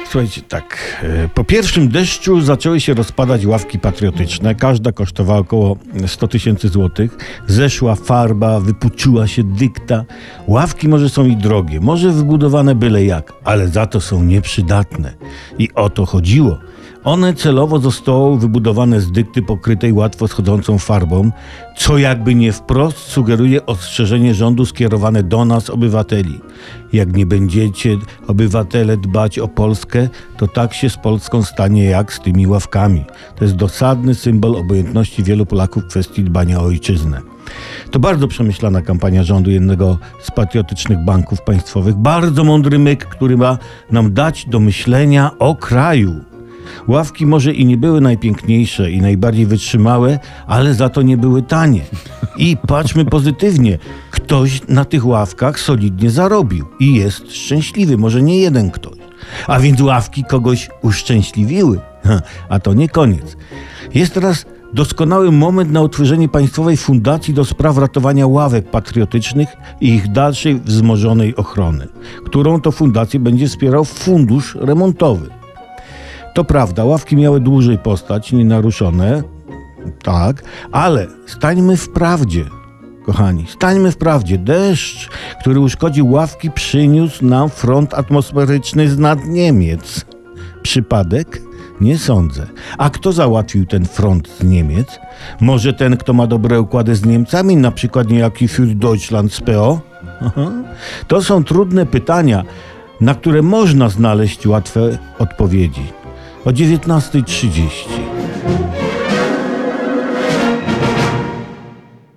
Słuchajcie, tak, po pierwszym deszczu zaczęły się rozpadać ławki patriotyczne. Każda kosztowała około 100 000 złotych. Zeszła farba, wypuczyła się dykta. Ławki może są i drogie, może wybudowane byle jak, ale za to są nieprzydatne. I o to chodziło. One celowo zostały wybudowane z dykty pokrytej łatwo schodzącą farbą, co jakby nie wprost sugeruje ostrzeżenie rządu skierowane do nas, obywateli. Jak nie będziecie, obywatele, dbać o Polskę, to tak się z Polską stanie jak z tymi ławkami. To jest dosadny symbol obojętności wielu Polaków w kwestii dbania o ojczyznę. To bardzo przemyślana kampania rządu jednego z patriotycznych banków państwowych. Bardzo mądry myk, który ma nam dać do myślenia o kraju. Ławki może i nie były najpiękniejsze i najbardziej wytrzymałe, ale za to nie były tanie. I patrzmy pozytywnie, ktoś na tych ławkach solidnie zarobił i jest szczęśliwy, może nie jeden ktoś. A więc ławki kogoś uszczęśliwiły. A to nie koniec. Jest teraz doskonały moment na utworzenie państwowej fundacji do spraw ratowania ławek patriotycznych i ich dalszej wzmożonej ochrony, którą to fundację będzie wspierał fundusz remontowy. To prawda, ławki miały dłużej postać, nienaruszone, tak, ale stańmy w prawdzie, kochani, stańmy w prawdzie. Deszcz, który uszkodził ławki, przyniósł nam front atmosferyczny z nad Niemiec. Przypadek? Nie sądzę. A kto załatwił ten front z Niemiec? Może ten, kto ma dobre układy z Niemcami, na przykład niejaki Für Deutschland z PO? Aha. To są trudne pytania, na które można znaleźć łatwe odpowiedzi. O 19:30.